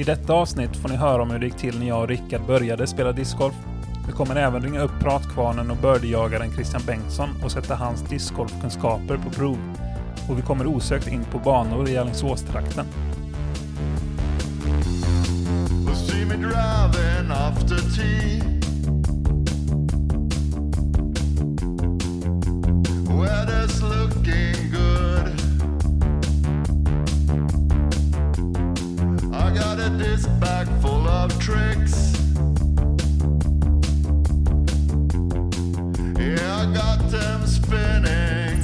detta avsnitt får ni höra om hur det gick till när jag och Rickard började spela discgolf. Vi kommer även ringa upp pratkvarnen och birdiejagaren Christian Bengtsson och sätta hans discgolfkunskaper på prov. Och vi kommer osökt in på banor i Alingsås-trakten. Weather's looking good. I got a disc bag full of tricks. Yeah, I got them spinning.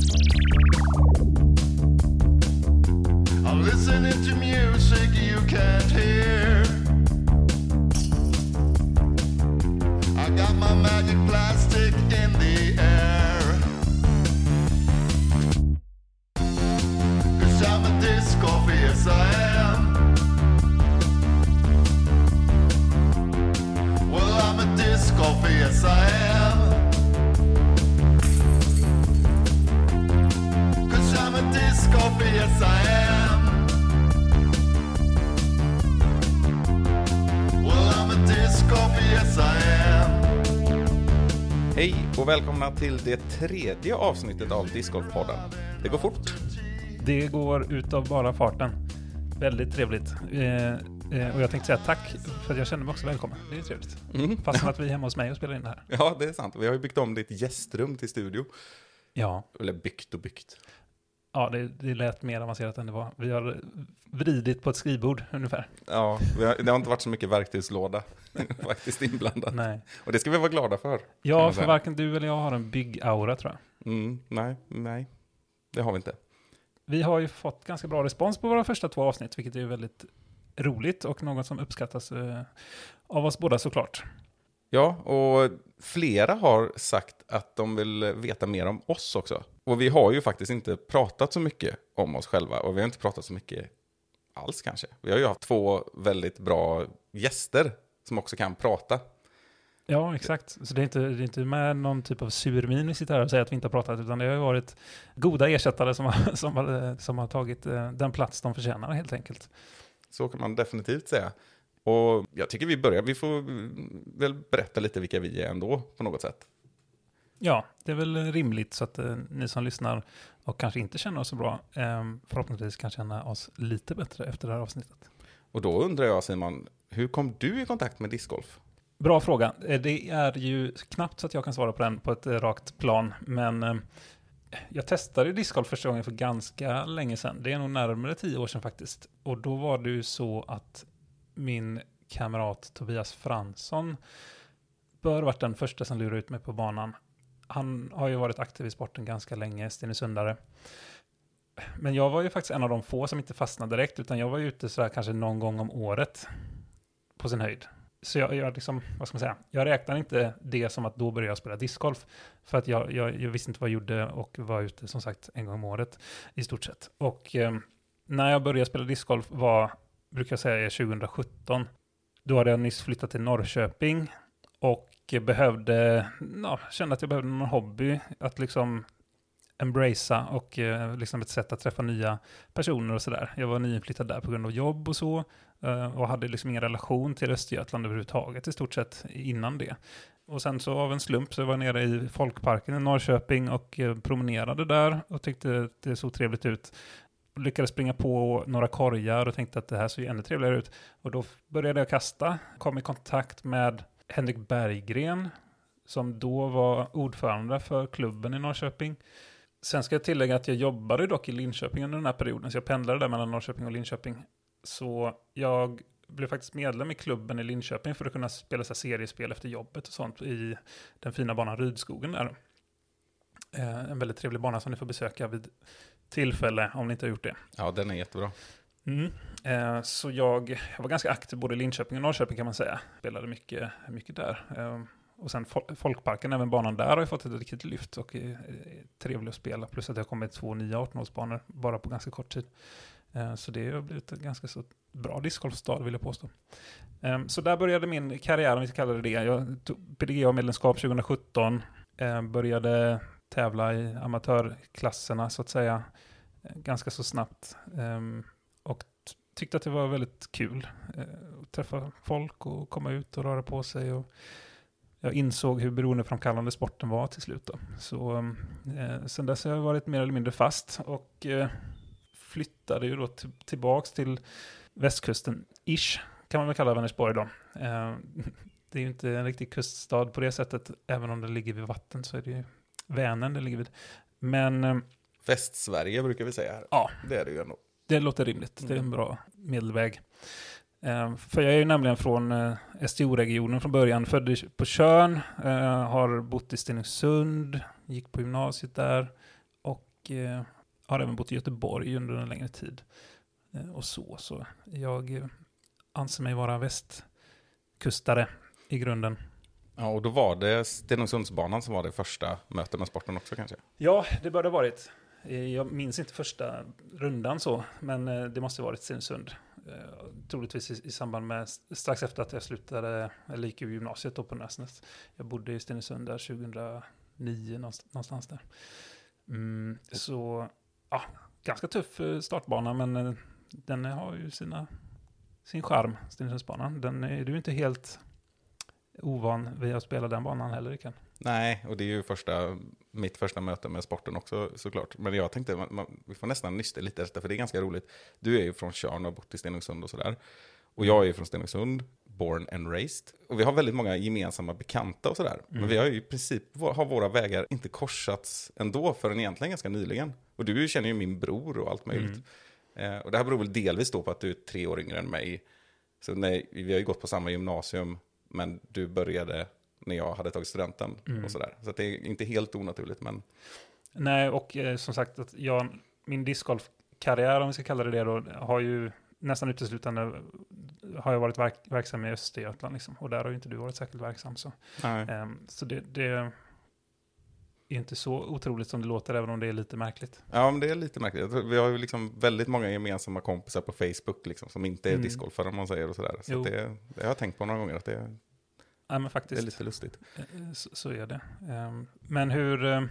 I'm listening to music you can't hear. I got my magic plastic in the air. I'm a disc golfer, yes I am. Well, I'm a disc golfer, yes I am. 'Cause I'm a disc golfer, yes I am. Well, I'm a disc golfer, yes I am. Hej och välkomna till det tredje avsnittet av Discgolfpodden. Det går fort. Det går utav bara farten. Väldigt trevligt. Och jag tänkte säga tack för att jag känner mig också välkommen. Det är trevligt. Fastän att vi är hemma hos mig och spelar in det här. Ja, det är sant. Vi har ju byggt om ditt gästrum till studio. Ja. Eller byggt. Ja, det lät mer avancerat än det var. Vi har vridit på ett skrivbord ungefär. Ja, det har inte varit så mycket verktygslåda faktiskt inblandat. Nej. Och det ska vi vara glada för. Ja, för varken du eller jag har en byggaura, tror jag. Nej. Det har vi inte. Vi har ju fått ganska bra respons på våra första 2 avsnitt, vilket är väldigt roligt och något som uppskattas av oss båda såklart. Ja, och flera har sagt att de vill veta mer om oss också. Och vi har ju faktiskt inte pratat så mycket om oss själva och vi har inte pratat så mycket alls kanske. Vi har ju haft 2 väldigt bra gäster som också kan prata. Ja, exakt. Så det är inte med någon typ av surmin vi sitter här och säger att vi inte har pratat, utan det har ju varit goda ersättare som har tagit den plats de förtjänar helt enkelt. Så kan man definitivt säga. Och jag tycker vi börjar. Vi får väl berätta lite vilka vi är ändå på något sätt. Ja, det är väl rimligt så att ni som lyssnar och kanske inte känner oss så bra förhoppningsvis kan känna oss lite bättre efter det här avsnittet. Och då undrar jag, Simon, hur kom du i kontakt med discgolf? Bra fråga. Det är ju knappt så att jag kan svara på den på ett rakt plan, men jag testade discgolf första gången för ganska länge sedan. Det är nog närmare 10 år sedan faktiskt. Och då var det ju så att min kamrat Tobias Fransson bör varit den första som lurade ut mig på banan. Han har ju varit aktiv i sporten ganska länge, Stenungsundare. Men jag var ju faktiskt en av de få som inte fastnade direkt, utan jag var ju ute så här kanske någon gång om året på sin höjd. Så jag liksom, vad ska man säga, jag räknar inte det som att då började jag spela discgolf. För att jag visste inte vad jag gjorde och var ute som sagt en gång om året i stort sett. Och när jag började spela discgolf brukar jag säga 2017. Då hade jag nyss flyttat till Norrköping och kände att jag behövde någon hobby att liksom embracea och liksom ett sätt att träffa nya personer och sådär. Jag var nyinflyttad där på grund av jobb och så och hade liksom ingen relation till Östergötland överhuvudtaget i stort sett innan det. Och sen så av en slump så var jag nere i Folkparken i Norrköping och promenerade där och tyckte att det såg trevligt ut. Lyckades springa på några korgar och tänkte att det här såg ännu trevligare ut. Och då började jag kasta, kom i kontakt med Henrik Berggren som då var ordförande för klubben i Norrköping. Sen ska jag tillägga att jag jobbade dock i Linköping under den här perioden, så jag pendlade där mellan Norrköping och Linköping. Så jag blev faktiskt medlem i klubben i Linköping för att kunna spela så seriespel efter jobbet och sånt i den fina banan Rydskogen där. En väldigt trevlig bana som ni får besöka vid tillfälle om ni inte har gjort det. Ja, den är jättebra. Så jag var ganska aktiv både i Linköping och Norrköping kan man säga. Spelade mycket där. Och sen Folkparken, även banan där har ju fått ett riktigt lyft och är trevlig att spela. Plus att det har kommit 2 nya 18-årsbanor bara på ganska kort tid. Så det har blivit en ganska så bra discgolfstad vill jag påstå. Så där började min karriär, om vi ska kalla det det. Jag tog PDGA-medlemskap 2017. Började tävla i amatörklasserna så att säga ganska så snabbt. Och tyckte att det var väldigt kul att träffa folk och komma ut och röra på sig. Och jag insåg hur beroendeframkallande sporten var till slut då. Så sen dess har jag varit mer eller mindre fast och flyttade ju då tillbaks till västkusten-ish, kan man väl kalla Vänersborg då. Det är ju inte en riktig kuststad på det sättet, även om den ligger vid vatten så är det ju Vänern det ligger vid. Men Västsverige brukar vi säga här. Ja. Det är det ju ändå. Det låter rimligt. Det är en bra medelväg. För jag är ju nämligen från STO-regionen från början. Född på Tjörn, har bott i Stenungsund, gick på gymnasiet där och har även bott i Göteborg under en längre tid. Och så jag anser mig vara västkustare i grunden. Ja, och då var det Stenungsundsbanan som var det första mötet med sporten också kanske? Ja, det bör det ha varit. Jag minns inte första rundan så, men det måste ha varit Stenungsund. Troligtvis i samband med strax efter att jag slutade, eller gick i gymnasiet då på Näsnäs. Jag bodde i Stenungsund där 2009 någonstans där. Så ja, ganska tuff startbana, men den har ju sin charm, Stenungsundsbanan. Den är du inte helt ovan vid att spela den banan heller, Rickard. Nej, och det är ju mitt första möte med sporten också såklart. Men jag tänkte, vi får nästan nysta lite efter, för det är ganska roligt. Du är ju från Tjörn och har bott i Stenungsund och sådär. Och jag är ju från Stenungsund, born and raised. Och vi har väldigt många gemensamma bekanta och sådär. Men vi har ju i princip, har våra vägar inte korsats ändå förrän egentligen ganska nyligen. Och du känner ju min bror och allt möjligt. Och det här beror väl delvis då på att du är 3 år yngre än mig. Så nej, vi har ju gått på samma gymnasium, men du började när jag hade tagit studenten och sådär. Så att det är inte helt onaturligt, men... Nej, och som sagt, att min discgolfkarriär, om vi ska kalla det då, har ju nästan uteslutande har jag varit verksam i Östergötland liksom. Och där har ju inte du varit särskilt verksam. Så det är inte så otroligt som det låter, även om det är lite märkligt. Ja, men det är lite märkligt. Vi har ju liksom väldigt många gemensamma kompisar på Facebook liksom, som inte är discgolfare, om man säger, och sådär. Så det har jag tänkt på några gånger, att det men faktiskt, är lite lustigt. Så är det. Men hur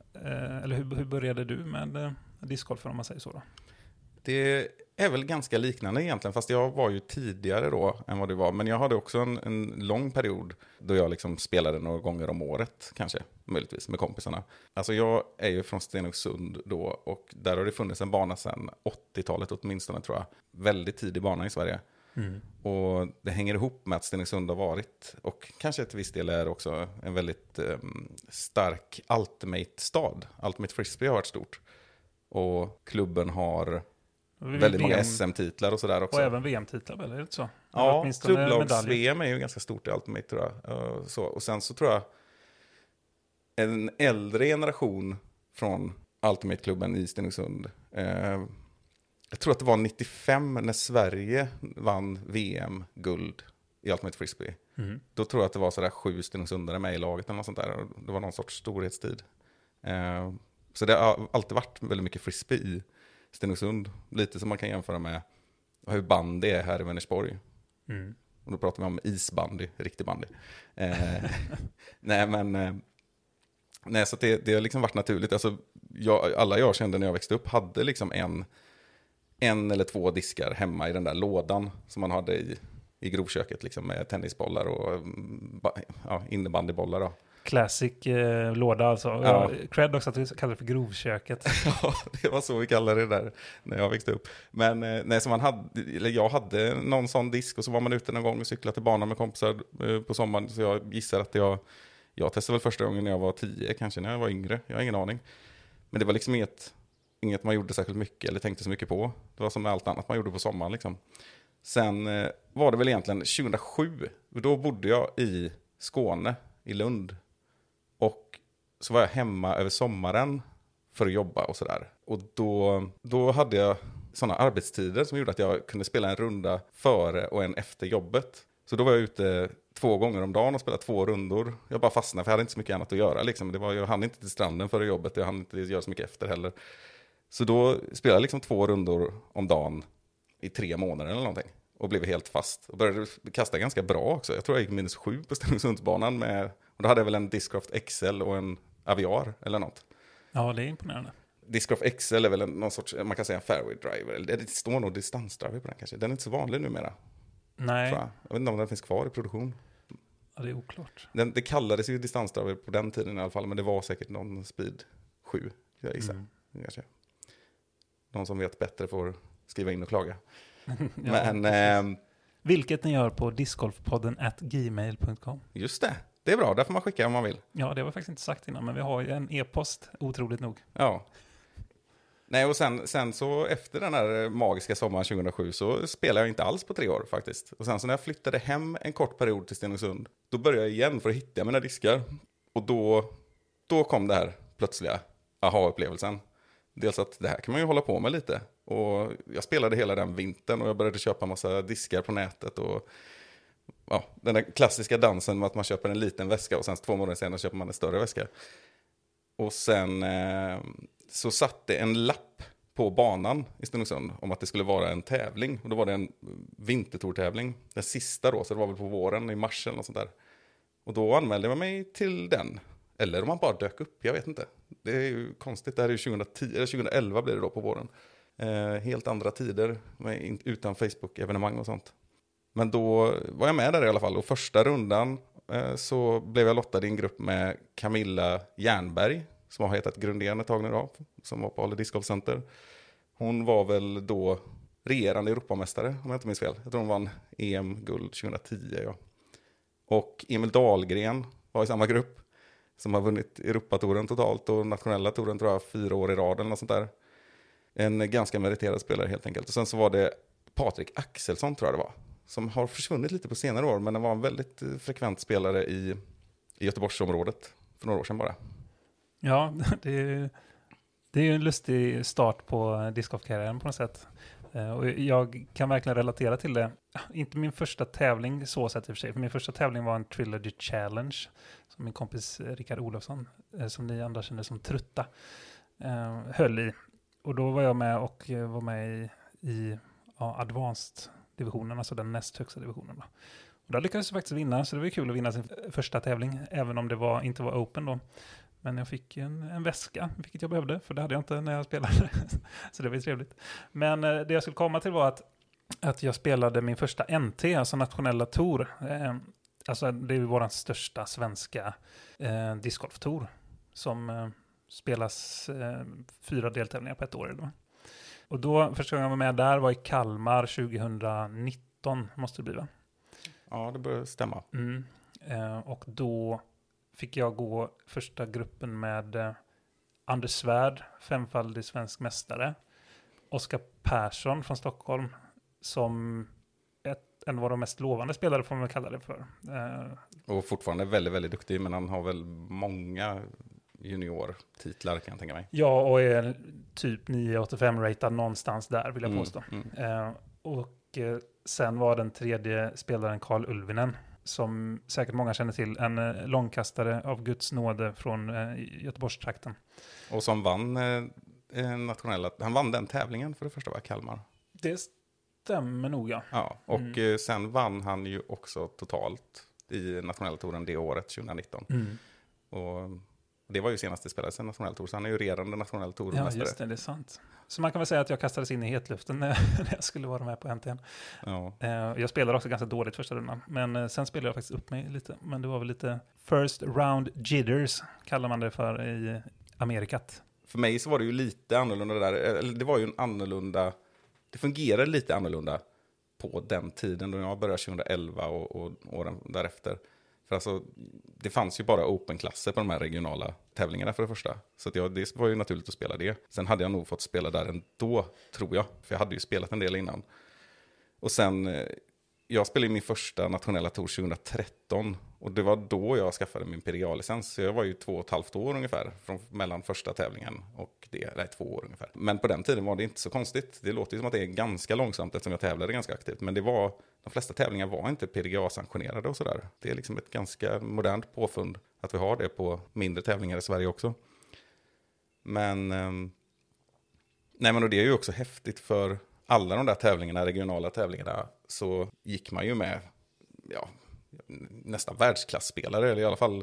började du med discgolfen, om man säger så då? Det är väl ganska liknande egentligen, fast jag var ju tidigare då än vad du var. Men jag hade också en lång period då jag liksom spelade några gånger om året, kanske, möjligtvis, med kompisarna. Alltså jag är ju från Stenungsund då, och där har det funnits en bana sedan 80-talet åtminstone, tror jag. Väldigt tidig bana i Sverige. Och det hänger ihop med att Stenungsund har varit, och kanske till viss del är också en väldigt stark Ultimate-stad. Ultimate Frisbee har varit stort. Och klubben har väldigt många SM-titlar och sådär också. Och även VM-titlar, väl? Är det så? Ja, klubblags-VM är ju ganska stort i Ultimate, tror jag. Så. Och sen så tror jag en äldre generation från Ultimate-klubben i Stenungsund. Jag tror att det var 95 när Sverige vann VM-guld i Ultimate Frisbee. Då tror jag att det var sådär 7 Stenungsundare med i laget eller något sånt där. Det var någon sorts storhetstid. Så det har alltid varit väldigt mycket frisbee i Stenungsund. Lite som man kan jämföra med hur bandy är här i Vänersborg. Och då pratar vi om isbandy, riktig bandy. Nej, så det har liksom varit naturligt. Alltså, alla jag kände när jag växte upp hade liksom en eller 2 diskar hemma i den där lådan som man hade i grovköket, liksom, med tennisbollar och innebandybollar då. Classic låda alltså. Ja. Cred också att du kallar det för grovköket. Ja, det var så vi kallade det där när jag växte upp. Men jag hade någon sån disk, och så var man ute någon gång och cyklade till banan med kompisar på sommaren. Så jag gissar att jag testade väl första gången när jag var 10, kanske när jag var yngre. Jag har ingen aning. Men det var liksom inget man gjorde särskilt mycket eller tänkte så mycket på. Det var som med allt annat man gjorde på sommaren liksom. Sen var det väl egentligen 2007. Då bodde jag i Skåne, i Lund. Och så var jag hemma över sommaren för att jobba och sådär. Och då hade jag sådana arbetstider som gjorde att jag kunde spela en runda före och en efter jobbet. Så då var jag ute 2 gånger om dagen och spelade 2 rundor. Jag bara fastnade, för jag hade inte så mycket annat att göra. Liksom. Jag hann inte till stranden före jobbet, jag hann inte göra så mycket efter heller. Så då spelade jag liksom 2 rundor om dagen i 3 månader eller någonting. Och blev helt fast. Och började kasta ganska bra också. Jag tror jag gick -7 på Stenungsundsbanan. Och då hade jag väl en Discraft XL och en Aviar eller något. Ja, det är imponerande. Discgolf XL är väl någon sorts, man kan säga en fairway driver. Eller det står nog distansdriver på den kanske. Den är inte så vanlig numera. Nej, Jag vet inte om den finns kvar i produktion. ja, det är oklart. Det kallades ju distansdriver på den tiden i alla fall. Men det var säkert någon Speed 7, jag gissar. Kanske. Någon som vet bättre får skriva in och klaga. Ja, Men vilket ni gör på discgolfpodden@gmail.com. just det, det är bra. Där får man skicka om man vill. Ja, det var faktiskt inte sagt innan, men vi har ju en e-post, otroligt nog. Ja. Nej, och sen så efter den här magiska sommaren 2007 så spelade jag inte alls på 3 år faktiskt. Och sen så när jag flyttade hem en kort period till Stenungsund, då började jag igen för att hitta mina diskar. Och då kom det här plötsliga aha-upplevelsen. Dels att det här kan man ju hålla på med lite. Och jag spelade hela den vintern och jag började köpa massa diskar på nätet. Och ja, den där klassiska dansen med att man köper en liten väska och sen 2 månader senare köper man en större väska. Och sen så satte en lapp på banan i Stenungsund om att det skulle vara en tävling. Och då var det en vintertortävling. Den sista då, så det var väl på våren i mars eller något sånt där. Och då anmälde jag mig till den. Eller om man bara dök upp, jag vet inte. Det är ju konstigt, det här är ju 2010, eller 2011 blir det då på våren. Helt andra tider, utan Facebook-evenemang och sånt. Men då var jag med där i alla fall. Och första rundan så blev jag lottad i en grupp med Camilla Jernberg, som har hetat Grundén ett tag nu då, som var på Ale Disc Golf Center. Hon var väl då regerande Europamästare, om jag inte minns fel. Jag tror hon vann EM-guld 2010, ja. Och Emil Dahlgren var i samma grupp, som har vunnit Europatouren totalt och nationella touren tror jag 4 år i rad eller något sånt där. En ganska meriterad spelare helt enkelt. Och sen så var det Patrik Axelsson tror jag det var, som har försvunnit lite på senare år, men han var en väldigt frekvent spelare i Göteborgsområdet för några år sedan bara. Ja, det är ju en lustig start på discgolfkarriären på något sätt. Och jag kan verkligen relatera till det. Inte min första tävling så sett i och för sig. För min första tävling var en Trilogy Challenge som min kompis Rickard Olofsson, som ni andra känner som Trutta, höll i. Och då var jag med och var med i Advanced-divisionen, alltså den näst högsta divisionen. Då. Och där lyckades jag faktiskt vinna, så det var kul att vinna sin första tävling, även om det inte var open då. Men jag fick en väska, vilket jag behövde, för det hade jag inte när jag spelade. Så det var ju trevligt. Men det jag skulle komma till var att jag spelade min första NT, alltså nationella tour. Alltså det är ju vår största svenska discgolf-tour som spelas 4 deltävlingar på ett år. Då. Och då första gången jag var med där var i Kalmar 2019, måste det bli va? Ja, det bör stämma. Och då fick jag gå första gruppen med Anders Svärd, 5-faldig svensk mästare. Oskar Persson från Stockholm, som en av de mest lovande spelare får man kalla det för. Och fortfarande väldigt, väldigt duktig, men han har väl många junior-titlar kan jag tänka mig. Ja, och är typ 985-ratad någonstans där vill jag påstå. Och sen var den tredje spelaren Carl Ulvinen, som säkert många känner till, en långkastare av Guds nåde från Göteborgstrakten. Och som vann nationella, han vann den tävlingen för det första var Kalmar. Det stämmer nog, ja. Ja, och sen vann han ju också totalt i nationella touren det året, 2019. Och det var ju senaste spelare sen nationell tour, så han är ju regerande nationell tourmästare. Ja, just det är sant. Så man kan väl säga att jag kastades in i hetluften när jag skulle vara med på NTN. Ja. Jag spelade också ganska dåligt första rundan, men sen spelade jag faktiskt upp mig lite. Men det var väl lite first round jitters, kallar man det för i Amerikat. För mig så var det ju lite annorlunda där. Eller det var ju en annorlunda, det fungerade lite annorlunda på den tiden då jag började 2011 och åren därefter. För alltså, det fanns ju bara open-klasser på de här regionala tävlingarna för det första. Så att det var ju naturligt att spela det. Sen hade jag nog fått spela där ändå, tror jag. För jag hade ju spelat en del innan. Och sen, jag spelade min första nationella tour 2013. Och det var då jag skaffade min PDA-licens. Så jag var ju 2,5 år ungefär mellan första tävlingen och det. Nej, 2 år ungefär. Men på den tiden var det inte så konstigt. Det låter ju som att det är ganska långsamt eftersom jag tävlade ganska aktivt. Men de flesta tävlingar var inte PDA-sanktionerade och sådär. Det är liksom ett ganska modernt påfund att vi har det på mindre tävlingar i Sverige också. Men och det är ju också häftigt för alla de där tävlingarna, regionala tävlingarna, så gick man ju med nästan världsklasspelare, eller i alla fall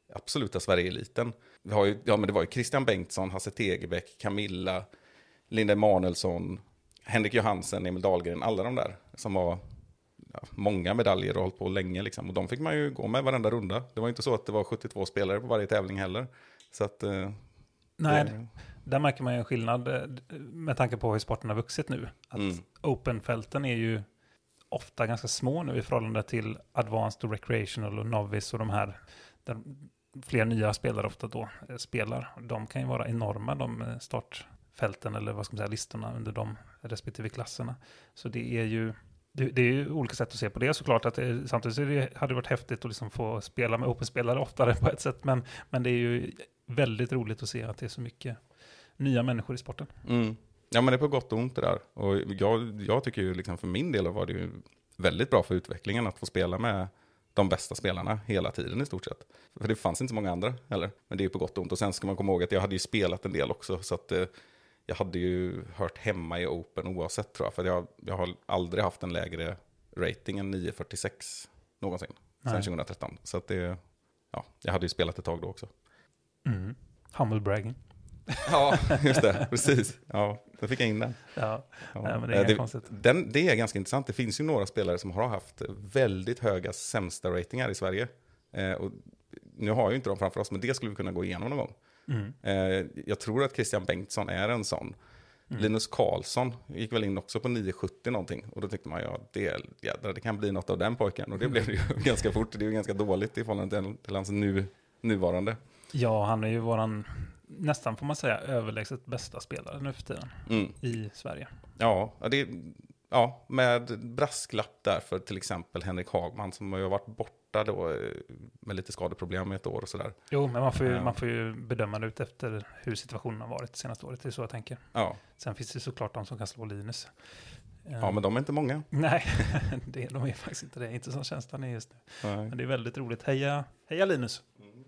absoluta Sverige-eliten. Vi har ju, men det var ju Christian Bengtsson, Hasse Tegebäck, Camilla, Linda Emanuelsson, Henrik Johansen, Emil Dahlgren, alla de där som var många medaljer och hållit på länge liksom. Och de fick man ju gå med varenda runda. Det var ju inte så att det var 72 spelare på varje tävling heller. Så att... Nej, där märker man ju en skillnad med tanke på hur sporten har vuxit nu. Att open-fälten är ju ofta ganska små nu i förhållande till advanced och recreational och novice och de här där fler nya spelare ofta då spelar. De kan ju vara enorma, de startfälten eller vad ska man säga, listorna under de respektive klasserna. Så det är ju olika sätt att se på det såklart. Att samtidigt hade det varit häftigt att liksom få spela med open-spelare oftare på ett sätt. Men det är ju väldigt roligt att se att det är så mycket nya människor i sporten. Ja, men det är på gott och ont det där. Och jag tycker ju liksom för min del var det ju väldigt bra för utvecklingen att få spela med de bästa spelarna hela tiden i stort sett. För det fanns inte så många andra heller. Men det är ju på gott och ont. Och sen ska man komma ihåg att jag hade ju spelat en del också. Så att jag hade ju hört hemma i Open oavsett tror jag. För jag har aldrig haft en lägre rating än 9,46 någonsin. Sen 2013. Så att jag hade ju spelat ett tag då också. Humble bragging. Ja, just det. Precis. Ja, då fick jag in den. Ja. Nej, men det är konstigt. Det är ganska intressant. Det finns ju några spelare som har haft väldigt höga sämsta ratingar i Sverige. Och nu har jag ju inte dem framför oss, men det skulle vi kunna gå igenom någon gång. Jag tror att Christian Bengtsson är en sån. Linus Karlsson gick väl in också på 9,70 någonting. Och då tyckte man, det kan bli något av den pojken. Och det blev det ju ganska fort. Det är ju ganska dåligt i förhållande till hans nuvarande. Ja, han är ju nästan får man säga överlägset bästa spelare nu för tiden i Sverige. Ja, med brasklapp där för till exempel Henrik Hagman som har varit borta då med lite skadeproblem i ett år och sådär. Jo, men man får ju bedöma det ut efter hur situationen har varit senaste året, det är så jag tänker. Ja. Sen finns det såklart de som kan slå Linus. Ja, men de är inte många. Nej, de är faktiskt inte det. Inte som känslan är just nu. Nej. Men det är väldigt roligt. Heja Linus!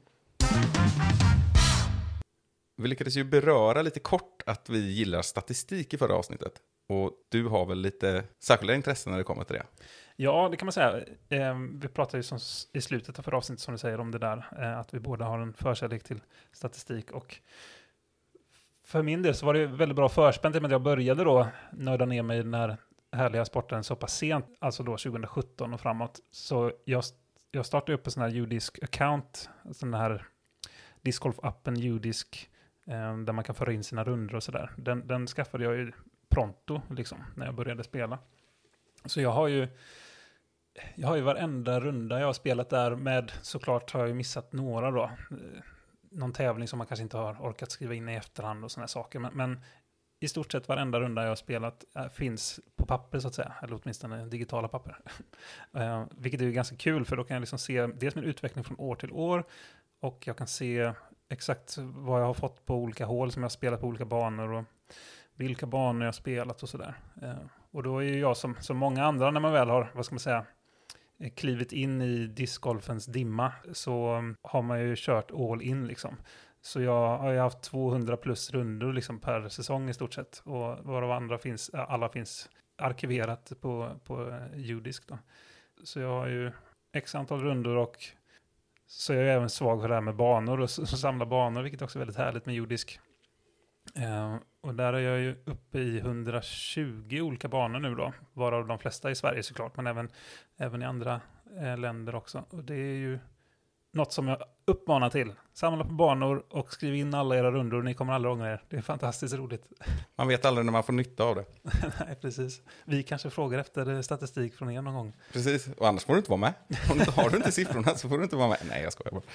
Vi lyckades ju beröra lite kort att vi gillar statistik i förra avsnittet. Och du har väl lite särskilda intressen när det kommer till det? Ja, det kan man säga. Vi pratade ju i slutet av förra avsnittet som du säger om det där. Att vi båda har en förkärlek till statistik. Och för min del så var det väldigt bra förspänt i och med att jag började då nörda ner mig i den här härliga sporten så pass sent. Alltså då 2017 och framåt. Så jag startade upp en sån här UDisc-account. Sån här discgolf-appen UDisc. Där man kan föra in sina runder och sådär. Den skaffade jag ju pronto liksom, när jag började spela. Så jag har ju varenda runda jag har spelat där med, såklart har jag ju missat några då. Någon tävling som man kanske inte har orkat skriva in i efterhand och sådana saker. Men i stort sett varenda runda jag har spelat finns på papper så att säga. Eller åtminstone digitala papper. Vilket är ju ganska kul för då kan jag liksom se dels min utveckling från år till år. Och jag kan se exakt vad jag har fått på olika hål som jag har spelat på olika banor och vilka banor jag har spelat och sådär. Och då är ju jag som många andra när man väl har, vad ska man säga, klivit in i discgolfens dimma så har man ju kört all in liksom. Så jag har ju haft 200 plus rundor liksom per säsong i stort sett. Och varav alla finns arkiverat på UDisc då. Så jag har ju x antal rundor och så är jag även svag för det här med banor och samla banor, vilket också är väldigt härligt med UDisc. Och där är jag ju uppe i 120 olika banor nu då, varav de flesta i Sverige såklart, men även i andra länder också. Och det är ju något som jag uppmanar till. Samla på banor och skriv in alla era rundor, ni kommer aldrig ångra er. Det är fantastiskt roligt. Man vet aldrig när man får nytta av det. Nej, precis. Vi kanske frågar efter statistik från er någon gång. Precis, och annars får du inte vara med. Har du inte siffrorna så får du inte vara med. Nej, jag skojar bara.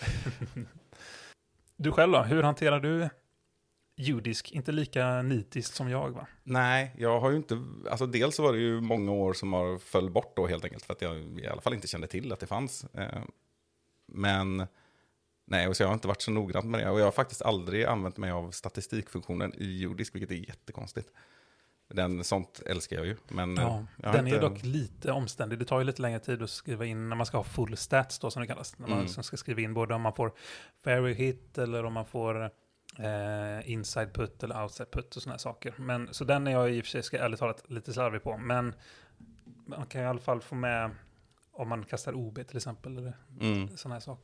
Du själv då, hur hanterar du UDisc? Inte lika nitiskt som jag, va? Nej, jag har ju inte... Alltså dels så var det ju många år som har föll bort då helt enkelt. För att jag i alla fall inte kände till att det fanns. Men nej, och så jag har inte varit så noggrant med det. Och jag har faktiskt aldrig använt mig av statistikfunktionen i UDisc, vilket är jättekonstigt. Sånt älskar jag ju. Men ja, den är dock lite omständig. Det tar ju lite längre tid att skriva in när man ska ha full stats då, som det kallas. När man ska skriva in både om man får fairway hit eller om man får inside put eller outside put och såna här saker. Men, så den är jag i och för sig, ska ärligt talat, lite slarvig på. Men man kan i alla fall få med om man kastar OB till exempel eller såna här saker.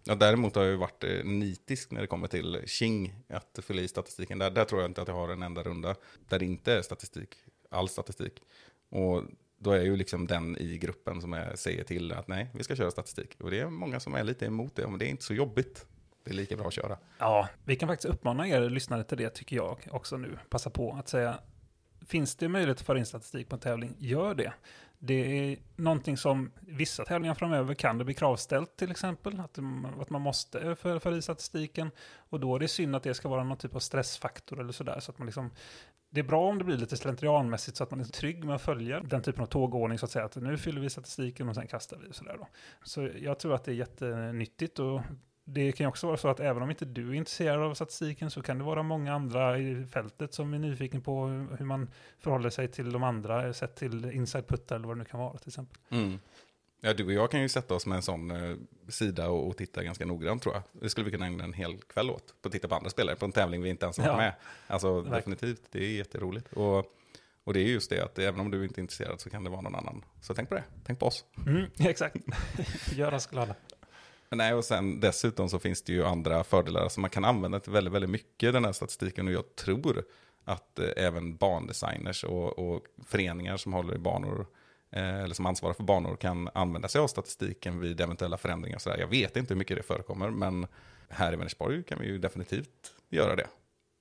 Ja, däremot har jag ju varit nitisk när det kommer till King, att fylla i statistiken. Där tror jag inte att jag har en enda runda där det inte är all statistik. Och då är ju liksom den i gruppen som säger till att nej, vi ska köra statistik. Och det är många som är lite emot det, men det är inte så jobbigt. Det är lika bra att köra. Ja, vi kan faktiskt uppmana er lyssnare till det, tycker jag också nu. Passa på att säga, finns det möjlighet att föra in statistik på en tävling, gör det. Det är någonting som vissa tävlingar framöver kan det bli kravställt till exempel. Att man måste föra i statistiken. Och då är det synd att det ska vara någon typ av stressfaktor eller sådär. Så att man liksom, det är bra om det blir lite slentrianmässigt så att man är trygg med att följa den typen av tågordning så att säga. Att nu fyller vi statistiken och sen kastar vi och sådär då. Så jag tror att det är jättenyttigt och det kan ju också vara så att även om inte du är intresserad av statistiken så kan det vara många andra i fältet som är nyfiken på hur man förhåller sig till de andra, sett till inside puttar eller vad det nu kan vara till exempel. Mm. Ja, du och jag kan ju sätta oss med en sån sida och titta ganska noggrant tror jag. Det skulle vi kunna ägna en hel kväll åt. På att titta på andra spelare på en tävling vi inte ens har med. Alltså definitivt, det är jätteroligt. Och det är just det att även om du inte är intresserad så kan det vara någon annan. Så tänk på det, tänk på oss. Exakt, gör oss glada. Nej, och sen dessutom så finns det ju andra fördelar som man kan använda till väldigt, väldigt mycket den här statistiken. Och jag tror att även bandesigners och föreningar som håller i banor eller som ansvarar för banor kan använda sig av statistiken vid eventuella förändringar. Så jag vet inte hur mycket det förekommer, men här i Vänersborg kan vi ju definitivt göra det.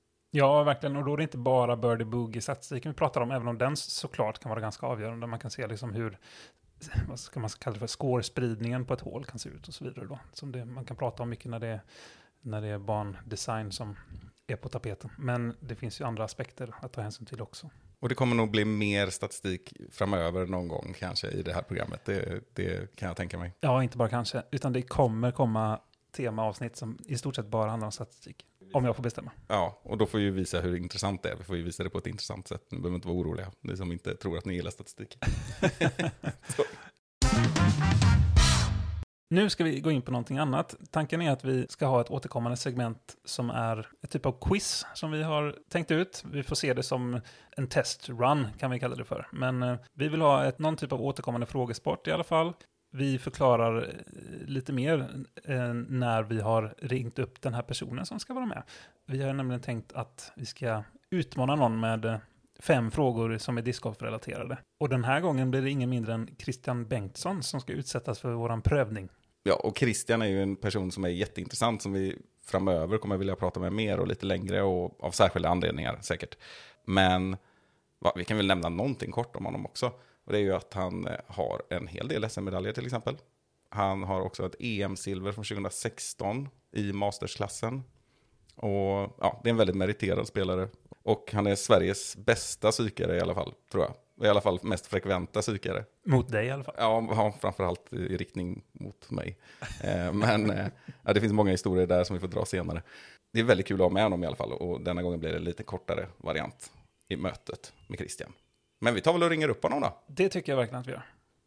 Ja, verkligen. Och då är det inte bara birdie boogie-statistiken vi pratar om, även om den såklart kan vara ganska avgörande. Man kan se liksom hur, vad ska man kalla det för, scorespridningen på ett hål kan se ut och så vidare då. Som det, man kan prata om mycket när det är bandesign som är på tapeten. Men det finns ju andra aspekter att ta hänsyn till också. Och det kommer nog bli mer statistik framöver någon gång kanske i det här programmet. Det kan jag tänka mig. Ja, inte bara kanske, utan det kommer komma temaavsnitt som i stort sett bara handlar om statistik. Om jag får bestämma. Ja, och då får vi visa hur intressant det är. Vi får ju visa det på ett intressant sätt. Ni behöver inte vara oroliga. Ni som inte tror att ni gillar statistik. Nu ska vi gå in på någonting annat. Tanken är att vi ska ha ett återkommande segment som är ett typ av quiz som vi har tänkt ut. Vi får se det som en testrun kan vi kalla det för. Men vi vill ha någon typ av återkommande frågesport i alla fall. Vi förklarar lite mer när vi har ringt upp den här personen som ska vara med. Vi har nämligen tänkt att vi ska utmana någon med 5 frågor som är discgolf-relaterade. Och den här gången blir det ingen mindre än Christian Bengtsson som ska utsättas för våran prövning. Ja, och Christian är ju en person som är jätteintressant som vi framöver kommer vilja prata med mer och lite längre och av särskilda anledningar säkert. Men vi kan väl nämna någonting kort om honom också. Och det är ju att han har en hel del SM-medaljer till exempel. Han har också ett EM-silver från 2016 i mastersklassen. Och ja, det är en väldigt meriterad spelare. Och han är Sveriges bästa psykare i alla fall, tror jag. I alla fall mest frekventa psykare. Mot dig i alla fall? Ja, framförallt i riktning mot mig. Men det finns många historier där som vi får dra senare. Det är väldigt kul att ha med honom i alla fall. Och denna gången blir det lite kortare variant i mötet med Christian. Men vi tar väl och ringer upp honom då. Det tycker jag verkligen att vi gör.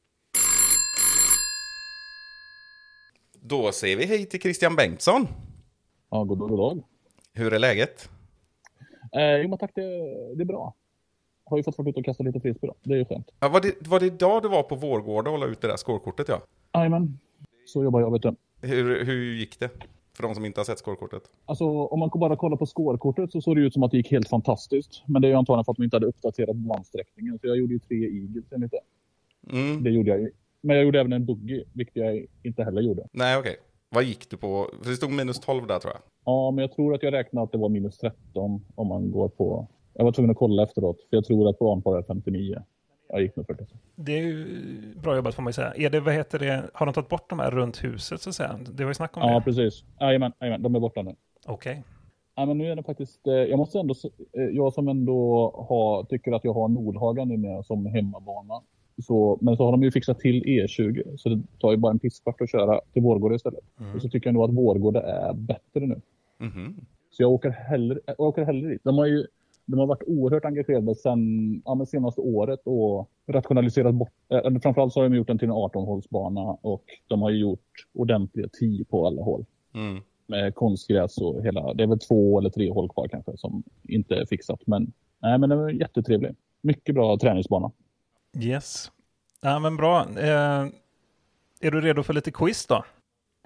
Då säger vi hej till Christian Bengtsson. Ja, god dag. Hur är läget? Jo, men tack, det är bra. Har ju fått vara ute och kasta lite frisbee då. Det är ju skönt. Ja, var det idag du var på Vårgårda och hålla ut det där scorekortet, ja? Jajamän, så jobbar jag, vet du. Hur gick det? För de som inte har sett scorekortet. Alltså, om man bara kollar på scorekortet så såg det ut som att det gick helt fantastiskt. Men det är ju antagligen för att de inte hade uppdaterat bansträckningen. Så jag gjorde ju 3 eagles enligt det. Det gjorde jag ju. Men jag gjorde även en buggy, vilket jag inte heller gjorde. Nej, okej. Vad gick du på? För det stod -12 där, tror jag. Ja, men jag tror att jag räknade att det var -13 om man går på... Jag var tvungen att kolla efteråt, för jag tror att på anpar är 59. Jag gick med 40. Det är ju bra jobbat får man ju säga. Är det, har de tagit bort de här runt huset så att säga? Det var ju snack om det. Ja, precis. Jajamän, de är borta nu. Okej. Ja, men nu är det faktiskt... Jag måste ändå... Jag som ändå tycker att jag har Nordhaga nu med som hemmabana. Men så har de ju fixat till E20. Så det tar ju bara en pisskvart att köra till Vårgårda istället. Och så tycker jag nog att Vårgårda är bättre nu. Så jag åker hellre dit. De har varit oerhört engagerade sen senaste året och rationaliserat bort. Framförallt så har de gjort den till en 18-hålsbana och de har gjort ordentliga 10 på alla hål. Med konstgräs och hela. Det är väl 2 eller 3 hål kvar kanske som inte är fixat. Men det var jättetrevligt. Mycket bra träningsbana. Yes. Ja, men bra. Är du redo för lite quiz då?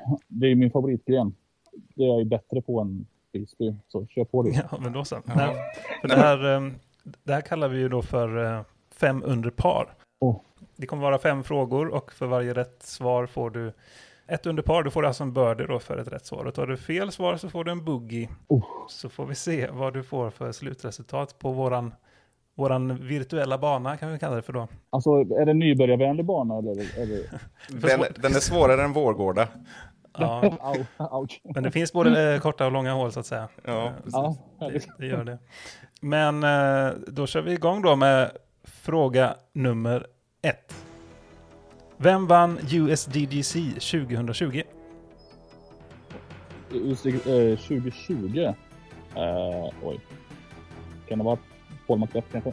Det är min favoritgren. Det är jag bättre på än frisbee, så kör på det. Ja, men då så. Nej, för det här kallar vi ju då för 5 under par. Det kommer vara 5 frågor och för varje rätt svar får du 1 under par. Du får alltså en birdie då för ett rätt svar. Och tar du fel svar så får du en boogie. Så får vi se vad du får för slutresultat på våran virtuella bana, kan vi kalla det för då. Alltså, är det nybörjarvänlig bana? Eller? Den är svårare än Vårgårda. Ja. Ouch. Men det finns både korta och långa hål så att säga. Ja, Det gör det. Men då kör vi igång då med fråga nummer 1. Vem vann USDGC 2020? 2020? Oj. Kan det vara Paul McBeth kanske?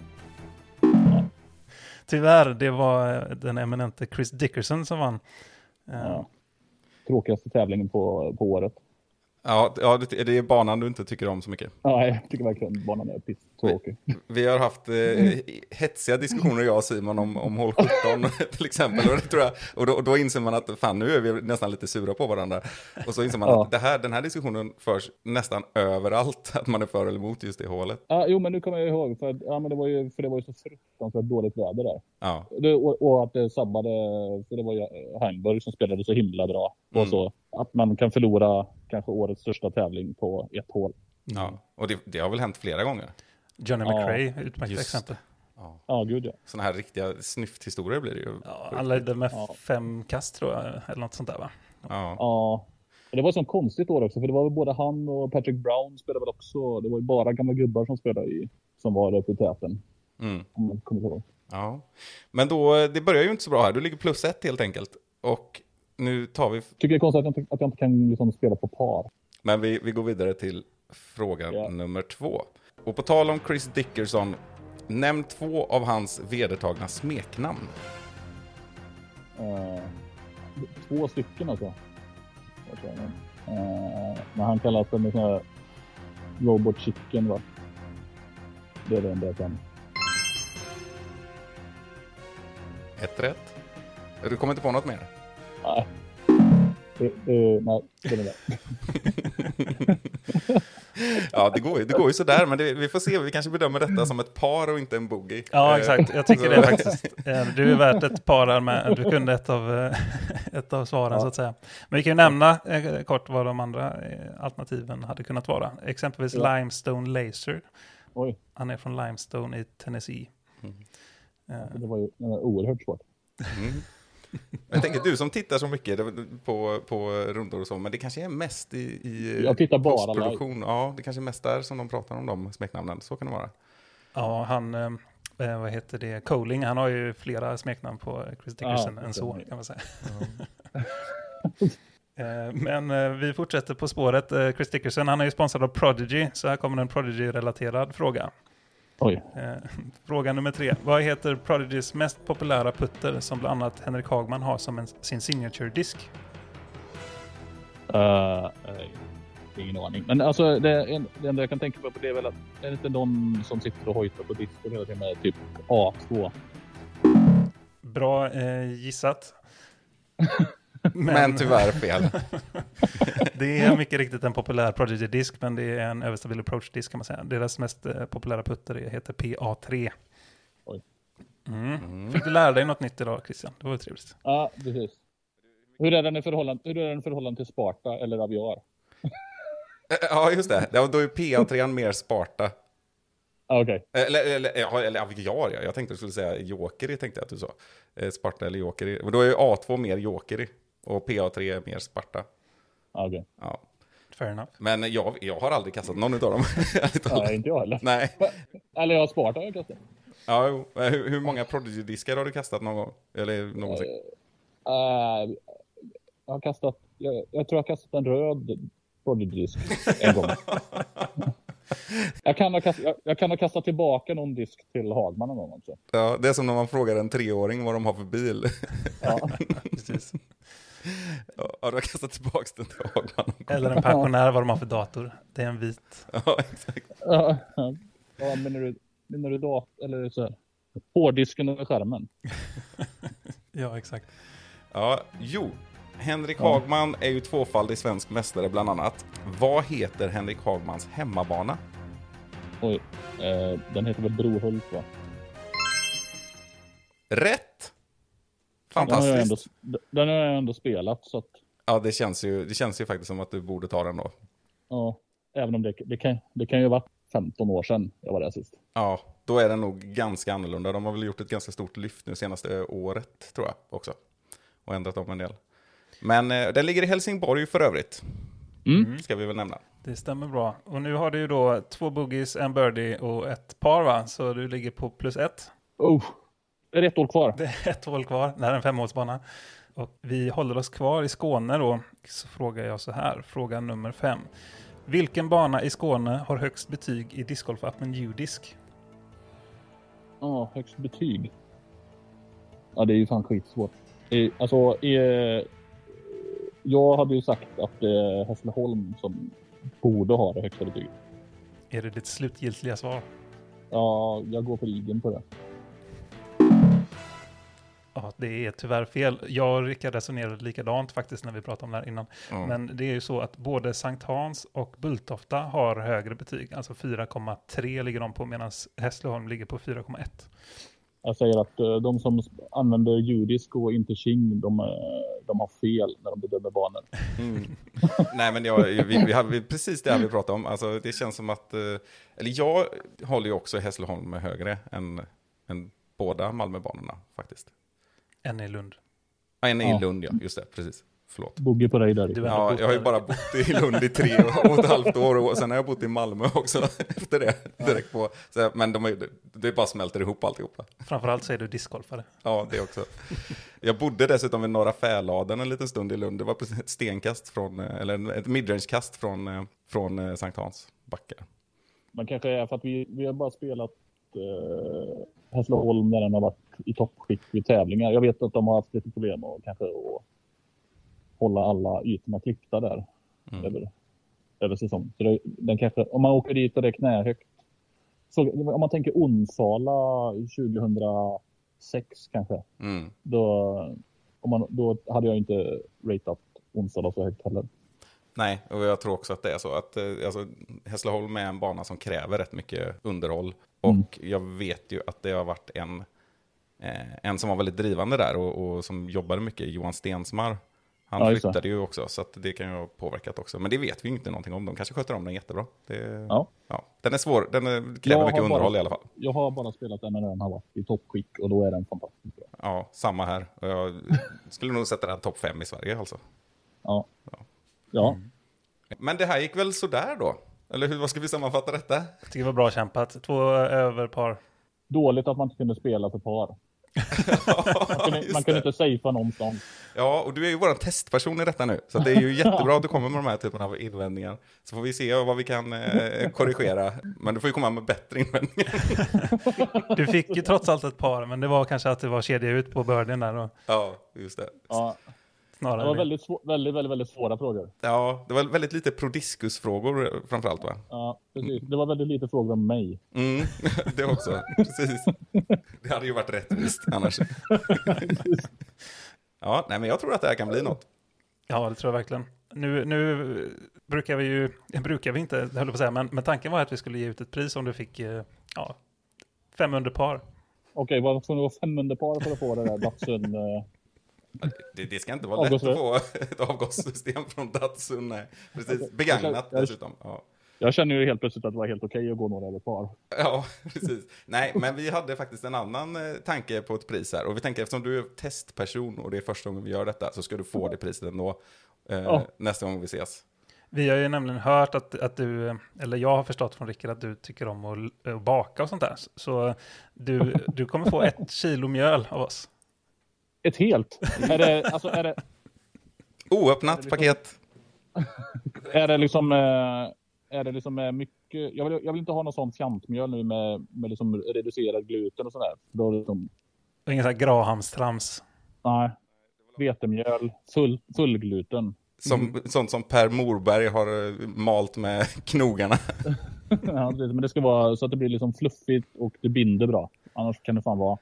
Tyvärr, det var den eminente Chris Dickerson som vann. Tråkigaste tävlingen på året. Ja, det är banan du inte tycker om så mycket. Ja, jag tycker verkligen banan är pisstråkig. Vi har haft hetsiga diskussioner, jag och Simon, om hål 17 till exempel. Och, det tror jag, och då inser man att fan, nu är vi nästan lite sura på varandra. Och så inser man att den här diskussionen förs nästan överallt, att man är för eller emot just det hålet. Ja, jo, men nu kommer jag ihåg, men det var ju så fruktansvärt dåligt väder där. Ja. Och att det sabbade, för det var ju Heimburg som spelade så himla bra. Och så att man kan förlora kanske årets största tävling på ett hål. Ja, och det har väl hänt flera gånger. Johnny McRae, utmärkt exempel. Ja, gud ja. Såna här riktiga snyfthistorier blir det ju. Ja, han ledde med 5 kast tror jag, eller något sånt där va? Ja. Det var så konstigt år också, för det var väl både han och Patrick Brown spelade väl också. Det var ju bara gamla gubbar som spelade som var uppe i täten. Om man kommer ihåg. Ja, men då, det börjar ju inte så bra här. Du ligger +1 helt enkelt. Och nu tar vi... Tycker det är konstigt att jag inte kan liksom spela på par. Men vi går vidare till fråga nummer 2. Och på tal om Chris Dickerson, nämn 2 av hans vedertagna smeknamn. 2 stycken alltså. Men han kallas för en sån här Robot Chicken, va? Det är det enda jag kan. 1 rätt. Du kommer inte på något mer? Nej. Nej, det är det. Ja, det går ju sådär, men vi får se. Vi kanske bedömer detta som ett par och inte en boogie. Ja, exakt. Jag tycker det faktiskt. Du är värt ett par här med. Du kunde ett av svaren så att säga. Men vi kan ju nämna kort vad de andra alternativen hade kunnat vara. Exempelvis Limestone Laser. Oj. Han är från Limestone i Tennessee. Det var ju oerhört svårt. Jag tänker du som tittar så mycket på rundor och så, men det kanske är mest i jag tittar bara postproduktion. Ja, det kanske är mest där som de pratar om de smeknamnen. Så kan det vara. Ja, han, vad heter det? Coling, han har ju flera smeknamn på Chris Dickerson än så kan man säga. Men vi fortsätter på spåret. Chris Dickerson, han är ju sponsrad av Prodigy, så här kommer en Prodigy-relaterad fråga. Oj. Fråga nummer 3. Vad heter Prodigys mest populära putter som bland annat Henrik Hagman har som sin signature-disk? Ingen aning. Men alltså, det enda jag kan tänka på det är väl att är det inte någon som sitter och hojtar på disken hela tiden med typ A2? Bra gissat. Men tyvärr fel. Det är mycket riktigt en populär Prodigy-disk, men det är en överstabil approach-disk kan man säga. Deras mest populära putter heter PA3. Oj. Fick du lära dig något nytt idag, Christian? Det var ju trevligt. Ja, precis. Hur är den i förhållande till Sparta eller Aviar? Ja, just det. Då är PA3 mer Sparta. Okej. Eller Aviar, ja. Jag tänkte att du skulle säga Jokeri, tänkte jag att du sa. Sparta eller Jokeri. Men då är A2 mer Jokeri och PA3 mer Sparta. Okej. Ja. Fair enough. Men jag har aldrig kastat någon av dem. Nej, inte jag heller. Nej. Eller jag Sparta har jag kastat. Ja, hur många Prodigy-diskar har du kastat någon gång? Eller någonsin? Jag har kastat... Jag tror jag har kastat en röd Prodigy-disk en gång. Jag kan ha kastat tillbaka någon disk till Hagman någon gång också. Ja, det är som när man frågar en 3-åring vad de har för bil. Ja, precis. Ja, du har kastat tillbaka den till Hagman. Eller en pensionär vad de har för dator. Det är en vit. Ja, exakt. Ja, menar du dator eller så här? Hårddisken eller skärmen? Ja, exakt. Ja, jo. Henrik Hagman är ju tvåfaldig svensk mästare bland annat. Vad heter Henrik Hagmans hemmabana? Oj, den heter väl Brohult, va? Rätt! Fantastiskt. Den har jag ändå spelat, så att... Ja, det känns ju faktiskt som att du borde ta den då. Ja, även om det kan ju vara 15 år sedan jag var där sist. Ja, då är den nog ganska annorlunda. De har väl gjort ett ganska stort lyft nu senaste året, tror jag också. Och ändrat om en del. Men den ligger i Helsingborg för övrigt. Ska vi väl nämna. Det stämmer bra. Och nu har du ju då 2 boogies, en birdie och ett par, va? Så du ligger på +1. Det är 1 år kvar. Det är 1 hål kvar. Det här är en 5-hålsbana. Och vi håller oss kvar i Skåne då. Så frågar jag så här. Fråga nummer 5. Vilken bana i Skåne har högst betyg i discgolfappen U-disc? Ja, högst betyg. Ja, det är ju fan skitsvårt. Jag hade ju sagt att det är Hässleholm som borde ha det högsta betyget. Är det ditt slutgiltiga svar? Ja, jag går på igen på det. Ja, det är tyvärr fel. Jag och Rickard resonerade likadant faktiskt när vi pratade om det här innan. Men det är ju så att både Sankt Hans och Bulltofta har högre betyg. Alltså 4,3 ligger de på, medan Hässleholm ligger på 4,1. Jag säger att de som använder judisk och inte Qing, de har fel när de bedömer banor. Nej, men vi hade precis det här vi pratade om. Alltså, det känns som att... Eller jag håller ju också Hässleholm med högre än båda Malmöbanorna faktiskt. En i Lund. Ja, en i Lund, ja. Just det, precis. Förlåt. Bugge på dig där. Ja, jag har ju bara bott i Lund i 3,5 år och sen har jag bott i Malmö också efter det. Direkt på. Så, men det bara smälter ihop alltihopa. Framförallt så är du discgolfare. Ja, det också. Jag bodde dessutom vid Norra Fäladen en liten stund i Lund. Det var precis ett stenkast eller ett midrange-kast från Sankt Hans backar. Man kanske är för att vi har bara spelat Hässleholm när den har varit i toppskick vid tävlingar. Jag vet att de har haft lite problem och kanske att hålla alla ytorna klippta där över säsong. Så den kanske, om man åker dit och det är knähögt. Så om man tänker Onsala 2006 kanske. Då hade jag inte ratat Onsala så högt heller. Nej, och jag tror också att det är så att Hässleholm är en bana som kräver rätt mycket underhåll. Och jag vet ju att det har varit en som var väldigt drivande där och som jobbade mycket, Johan Stensmar. Han flyttade ju också, så att det kan ju ha påverkat också. Men det vet vi inte någonting om. De kanske sköter om den jättebra. Den är svår, kräver mycket underhåll i alla fall. Jag har bara spelat den när den har varit i toppskick och då är den fantastisk bra. Ja, samma här. Jag skulle nog sätta den topp 5 i Sverige alltså. Ja. Men det här gick väl sådär då? Eller vad ska vi sammanfatta detta? Jag tycker det var bra kämpat. 2 över par. Dåligt att man inte kunde spela för par. Man kunde inte safea någonstans. Ja, och du är ju vår testperson i detta nu. Så det är ju jättebra att du kommer med de här typerna av invändningar. Så får vi se vad vi kan korrigera. Men du får ju komma med bättre invändningar. Du fick ju trots allt ett par, men det var kanske att det var kedja ut på birdien där. Och... Ja, just det. Ja. Det var väldigt svåra frågor. Ja, det var väldigt lite prodiskusfrågor framförallt, va? Ja, precis. Det var väldigt lite frågor om mig. Det också, precis. Det hade ju varit rättvist annars. Ja, nej, men jag tror att det här kan bli något. Ja, det tror jag verkligen. Nu brukar vi inte, höll jag på att säga, men tanken var att vi skulle ge ut ett pris om du fick 500 par. Okej, vad får det vara 500 par för att få det där Datsun? Det ska inte vara lätt att få ett avgassystem från Datsun. Nej. Precis, begagnat dessutom. Ja. Jag känner ju helt plötsligt att det var helt okej att gå några över par. Ja, precis. Nej, men vi hade faktiskt en annan tanke på ett pris här. Och vi tänker, eftersom du är testperson och det är första gången vi gör detta, så ska du få det priset ändå nästa gång vi ses. Vi har ju nämligen hört att du, eller jag har förstått från Rickard att du tycker om att baka och sånt där. Så du kommer få 1 kilo mjöl av oss. Ett helt? Är det... Oöppnat liksom, paket. Är det liksom mycket... Jag vill inte ha någon sån fjantmjöl nu med liksom reducerad gluten och sådär. Då liksom... Ingen sån här Grahamstrams. Nej. Vetemjöl. Full gluten. Sånt som Per Morberg har malt med knogarna. Ja, men det ska vara så att det blir liksom fluffigt och det binder bra. Annars kan det fan vara...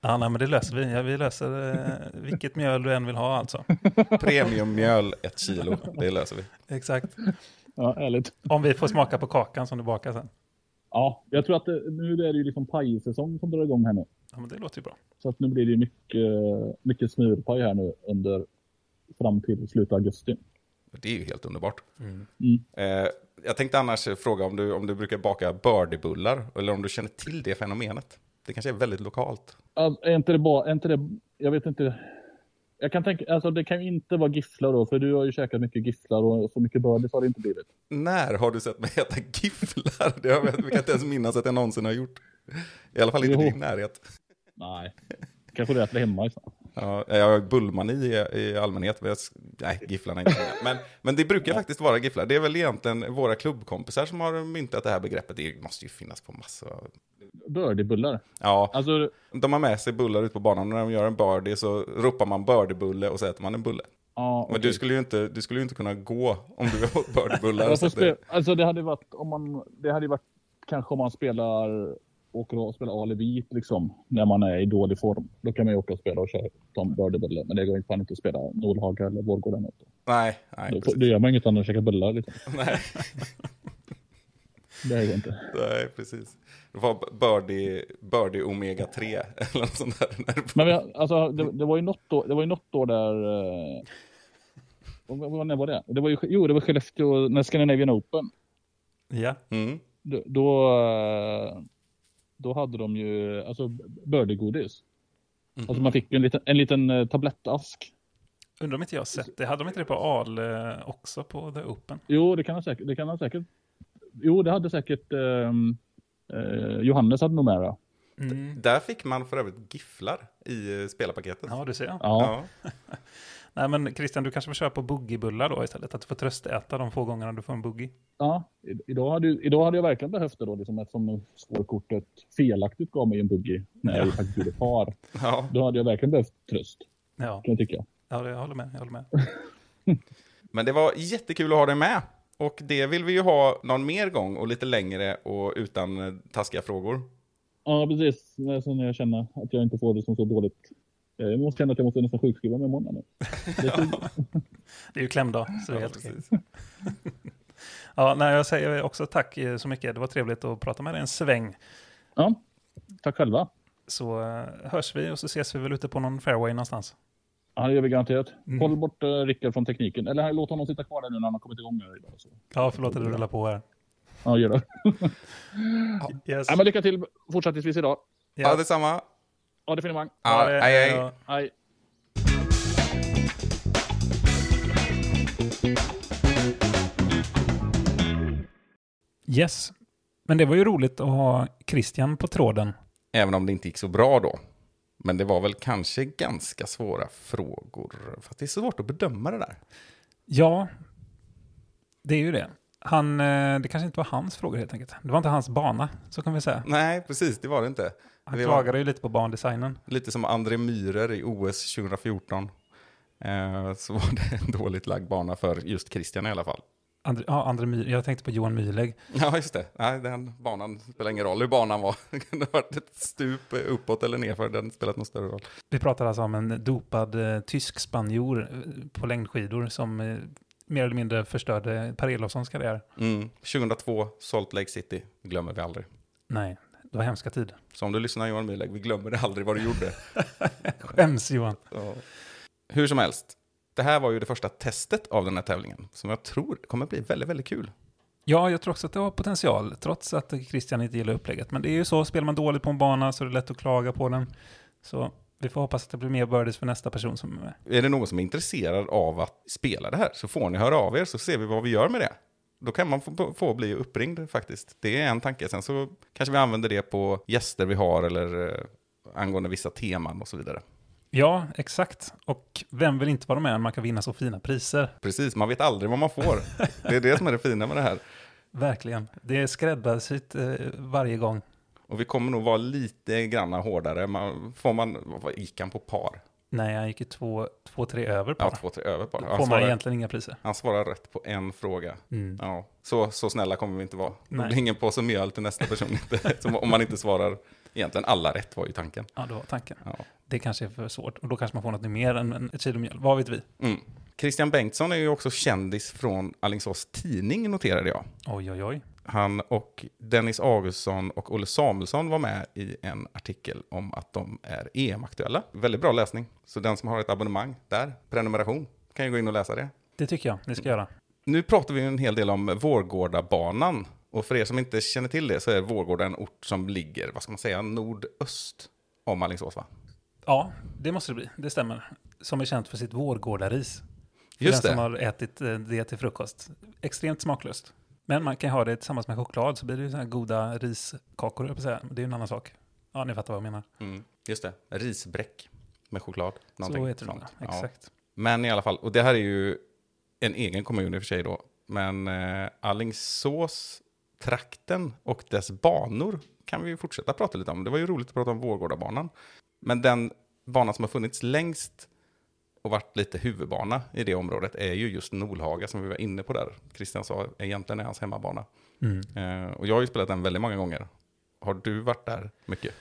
Ja, nej, men det löser vi. Ja, vi löser vilket mjöl du än vill ha alltså. Premiummjöl 1 kilo, det löser vi. Exakt. Ja, ärligt. Om vi får smaka på kakan som du bakar sen. Ja, jag tror att nu är det ju liksom pajsäsong som drar igång här nu. Ja, men det låter ju bra. Så att nu blir det mycket smörpaj här nu fram till slutet av augusti. Det är ju helt underbart. Mm. Jag tänkte annars fråga om du brukar baka birdiebullar eller om du känner till det fenomenet. Det kanske är väldigt lokalt. Alltså, är inte det, jag vet inte. Jag kan tänka, alltså det kan ju inte vara gifflar då, för du har ju käkat mycket gifflar och så mycket birdies har det inte blivit. När har du sett mig äta gifflar? Det jag kan inte ens minnas att jag någonsin har gjort. I alla fall inte i din närhet. Nej, kanske du äter hemma istället. Ja, jag har bullmani i allmänhet. Men nej, gifflarna är inte. Men det brukar faktiskt vara gifflar. Det är väl egentligen våra klubbkompisar som har myntat det här begreppet. Det måste ju finnas på massa. Birdiebullar. Ja, Alltså, de har med sig bullar ut på banan. När de gör en birdie så ropar man birdiebulle och så äter man en bulle. ja, Men du skulle ju inte kunna gå om du åt birdiebullar. Alltså det hade varit kanske om man åker och spelar A-levit liksom, när man är i dålig form. Då kan man ju åka och spela och köra de birdiebulle. Men det går inte att spela Nolhaga eller Vårgården. Nej, då gör man inget annat än att käka bullar liksom. Nej. Det går inte. Nej, precis. Det var birdie omega 3 eller något sånt där. Men alltså, det var ju något år där... När var det? Det var Skellefteå när Scandinavian Open. Ja. Mm. Då hade de ju alltså birdiegodis. Mm. Alltså man fick ju en liten tablettask. Undrar om inte jag har sett det. Hade de inte det på AL också på The Open? Jo, det kan han säkert. Jo, det hade säkert Johannes hade nog med det. Mm. Där fick man för övrigt gifflar i spelarpaketet. Ja, du ser. Ja. Nej, men Christian, du kanske får köra på boogiebullar då istället. Att du får tröstäta de få gångerna du får en boogie. Ja, idag hade jag verkligen behövt det då, liksom, eftersom spårkortet felaktigt gav mig en boogie när jag faktiskt gjorde par. Ja. Då hade jag verkligen behövt tröst, Ja, kan jag tycka. ja, jag håller med. Men det var jättekul att ha dig med. Och det vill vi ju ha någon mer gång och lite längre och utan taskiga frågor. Ja, precis. Sen när jag känner att jag inte får det som så dåligt. Jag måste känna att jag måste nästan sjukskriva mig imorgon nu. Det är ju klämdag, så det är helt okej. precis. Ja, nej, jag säger också tack så mycket. Det var trevligt att prata med dig en sväng. Ja, tack själva. Så hörs vi och så ses vi väl ute på någon fairway någonstans. Ja, det gör vi garanterat. Håll bort Rickard från tekniken. Eller låt honom sitta kvar där nu när han har kommit igång här idag. Så. Ja, förlåt att du rullar på här. Ja, gör det. Yes. Ja, men lycka till fortsättningsvis idag. Ja, detsamma. Ja, det finemang. Ja, hej. Ja. Hej. Yes. Men det var ju roligt att ha Christian på tråden. Även om det inte gick så bra då. Men det var väl kanske ganska svåra frågor. För att det är svårt att bedöma det där. Ja, det är ju det. Det kanske inte var hans frågor helt enkelt. Det var inte hans bana, så kan vi säga. Nej, precis. Det var det inte. Han Det klagade ju lite på bandesignen. Lite som André Myhrer i OS 2014. Så var det en dåligt lagd bana för just Christian i alla fall. Jag tänkte på Johan Myhlegg. Ja, just det. Nej, den banan spelar ingen roll hur banan var. Det kunde ha varit ett stup uppåt eller nerför. Den spelat någon större roll. Vi pratar alltså om en dopad tysk spanjor på längdskidor som mer eller mindre förstörde Per Elofssons karriär. 2002, Salt Lake City. Glömmer vi aldrig. Nej, det var hemska tid. Så om du lyssnar Johan Myhlegg, vi glömmer det aldrig vad du gjorde. Skäms Johan. Ja. Hur som helst. Det här var ju det första testet av den här tävlingen. Som jag tror kommer bli väldigt, väldigt kul. Ja, jag tror också att det har potential. Trots att Christian inte gillar upplägget. Men det är ju så, spelar man dåligt på en bana så är det lätt att klaga på den. Så vi får hoppas att det blir mer birdies för nästa person som är med. Är det någon som är intresserad av att spela det här så får ni höra av er så ser vi vad vi gör med det. Då kan man få bli uppringd faktiskt. Det är en tanke. Sen så kanske vi använder det på gäster vi har eller angående vissa teman och så vidare. Ja, exakt. Och vem vill inte vara med? Man kan vinna så fina priser. Precis, man vet aldrig vad man får. Det är det som är det fina med det här. Verkligen. Det är skräddarsytt varje gång. Och vi kommer nog vara lite granna hårdare. Vad gick han på par? Nej, han gick ju 2-3 över bara. Ja, 2-3 över bara. Då får man egentligen inga priser. Han svarar rätt på en fråga. Mm. Ja, så snälla kommer vi inte vara. Då Nej. blir ingen på som mjöl till nästa person. Om man inte svarar egentligen alla rätt var ju tanken. Ja, det var tanken. Ja. Det kanske är för svårt. Och då kanske man får något mer än ett kilo mjöl. Vad vet vi? Mm. Christian Bengtsson är ju också kändis från Alingsås Tidning, noterade jag. Oj. Han och Dennis Augustsson och Olle Samuelsson var med i en artikel om att de är EM-aktuella. Väldigt bra läsning. Så den som har ett abonnemang där, prenumeration, kan ju gå in och läsa det. Det tycker jag ni ska göra. Nu pratar vi en hel del om Vårgårdabanan. Och för er som inte känner till det så är Vårgårda en ort som ligger, vad ska man säga, nordöst om Alingsås, va? Ja, det måste det bli. Det stämmer. Som är känt för sitt vårgårdaris. För Just den det. som har ätit det till frukost. Extremt smaklöst. Men man kan ha det tillsammans med choklad så blir det ju såna här goda riskakor, jag på säga. Det är ju en annan sak. Ja, ni fattar vad jag menar. Just det, risbräck med choklad. Så heter det, sånt. ja. Exakt. Men i alla fall, och det här är ju en egen kommun i och för sig då. Men Alingsås-trakten och dess banor kan vi ju fortsätta prata lite om. Det var ju roligt att prata om Vårgårdabanan. Men den bana som har funnits längst och varit lite huvudbana i det området är ju just Nolhaga som vi var inne på där. Christian sa egentligen är hans hemmabana. Och jag har ju spelat den väldigt många gånger. Har du varit där mycket?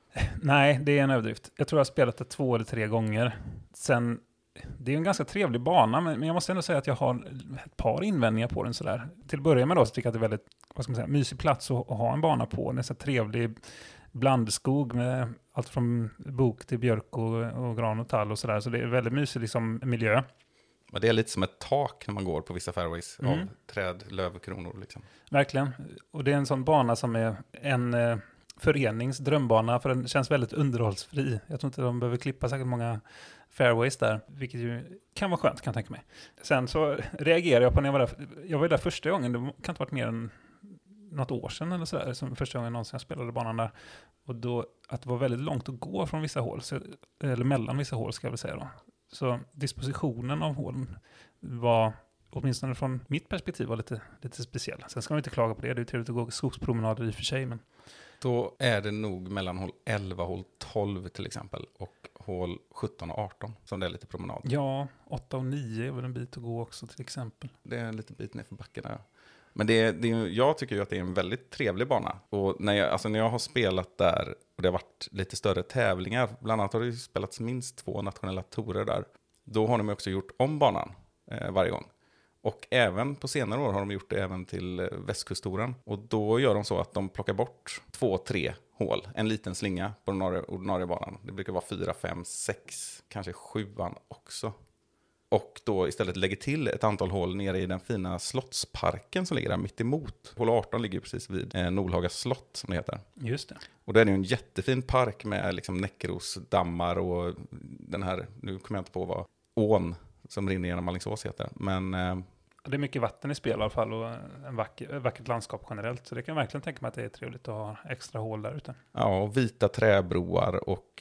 Nej, det är en överdrift. Jag tror jag har spelat det 2 eller 3 gånger. Sen, det är en ganska trevlig bana, men jag måste ändå säga att jag har ett par invändningar på den sådär. Till att börja med då så tycker jag att det är väldigt, vad ska man säga, mysig plats att ha en bana på. Det är så trevlig blandskog med allt från bok till björk och gran och tall och sådär. Så det är väldigt mysig liksom, miljö. Men det är lite som ett tak när man går på vissa fairways av träd, lövkronor liksom. Verkligen. Och det är en sån bana som är en förenings drömbana, för den känns väldigt underhållsfri. Jag tror inte de behöver klippa säkert många fairways där, vilket ju kan vara skönt, kan jag tänka mig. Sen så reagerar jag på när jag var där första gången, det kan inte ha varit mer än något år sedan eller sådär, som första gången någonsin jag spelade banan där. Och då att det var väldigt långt att gå från vissa hål, eller mellan vissa hål ska jag väl säga då. Så dispositionen av hålen var, åtminstone från mitt perspektiv, var lite speciell. Sen ska man inte klaga på det är ju trevligt att gå skogspromenader i och för sig, men Då är det nog mellan hål 11 och hål 12 till exempel och hål 17 och 18 som det är lite promenad. ja, 8 och 9 är väl en bit att gå också till exempel. Det är en liten bit ner för backen där. Men jag tycker ju att det är en väldigt trevlig bana. Och när jag har spelat där och det har varit lite större tävlingar, bland annat har det ju spelats minst 2 nationella tourer där. Då har de också gjort om banan varje gång. Och även på senare år har de gjort det även till västkusttouren. Och då gör de så att de plockar bort 2-3 hål, en liten slinga på den ordinarie banan. Det brukar vara 4, 5, 6, kanske 7an också. Och då istället lägger till ett antal hål nere i den fina slottsparken som ligger där mitt emot. Hål 18 ligger precis vid Nolhaga slott som det heter. Just det. Och det är ju en jättefin park med liksom näckrosdammar och den här, nu kommer jag inte på vad ån som rinner genom Alingsås heter. Men Det är mycket vatten i spel i alla fall och en vackert landskap generellt. Så det kan jag verkligen tänka mig att det är trevligt att ha extra hål där ute. ja, och vita träbroar och